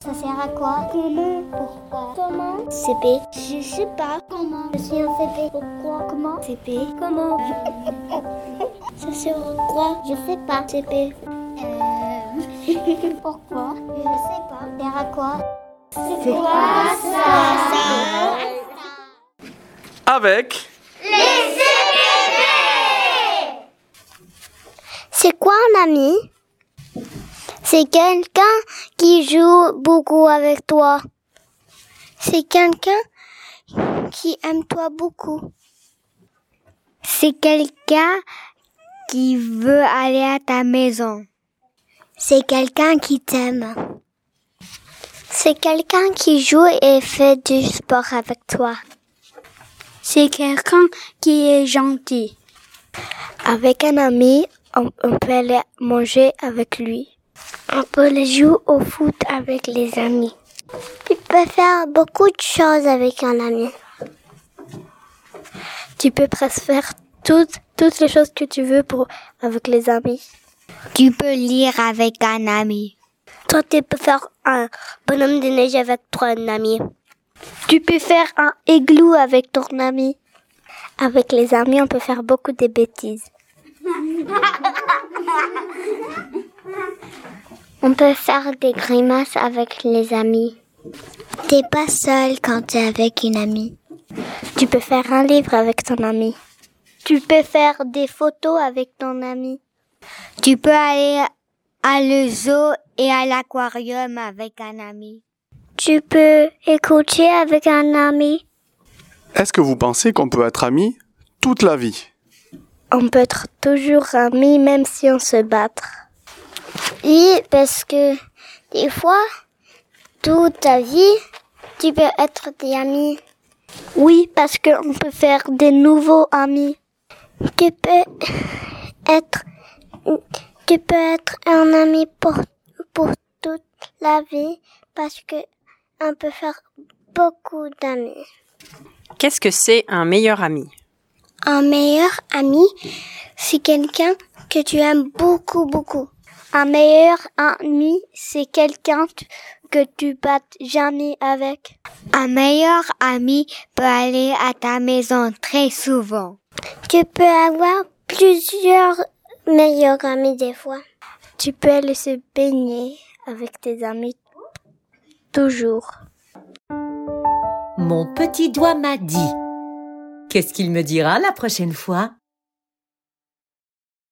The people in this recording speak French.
Ça sert à quoi? Comment? Pourquoi? Comment? CP? Je sais pas. Comment? Je suis en CP. Pourquoi? Comment? CP? Comment? Ça sert à quoi? Je sais pas. CP. Pourquoi? Je sais pas. Ça sert à quoi? C'est quoi ça? Avec Les CPP! C'est quoi un ami? C'est quelqu'un qui joue beaucoup avec toi. C'est quelqu'un qui aime toi beaucoup. C'est quelqu'un qui veut aller à ta maison. C'est quelqu'un qui t'aime. C'est quelqu'un qui joue et fait du sport avec toi. C'est quelqu'un qui est gentil. Avec un ami, on peut aller manger avec lui. On peut aller jouer au foot avec les amis. Tu peux faire beaucoup de choses avec un ami. Tu peux presque faire toutes les choses que tu veux avec les amis. Tu peux lire avec un ami. Toi, tu peux faire un bonhomme de neige avec ton ami. Tu peux faire un igloo avec ton ami. Avec les amis, on peut faire beaucoup de bêtises. On peut faire des grimaces avec les amis. T'es pas seul quand t'es avec une amie. Tu peux faire un livre avec ton ami. Tu peux faire des photos avec ton ami. Tu peux aller à le zoo et à l'aquarium avec un ami. Tu peux écouter avec un ami. Est-ce que vous pensez qu'on peut être amis toute la vie? On peut être toujours amis même si on se bat. Oui, parce que des fois, toute ta vie, tu peux être des amis. Oui, parce qu'on peut faire des nouveaux amis. Tu peux être un ami pour toute la vie parce que on peut faire beaucoup d'amis. Qu'est-ce que c'est un meilleur ami? Un meilleur ami, c'est quelqu'un que tu aimes beaucoup, beaucoup. Un meilleur ami, c'est quelqu'un que tu battes jamais avec. Un meilleur ami peut aller à ta maison très souvent. Tu peux avoir plusieurs meilleurs amis des fois. Tu peux aller se baigner avec tes amis toujours. Mon petit doigt m'a dit. Qu'est-ce qu'il me dira la prochaine fois?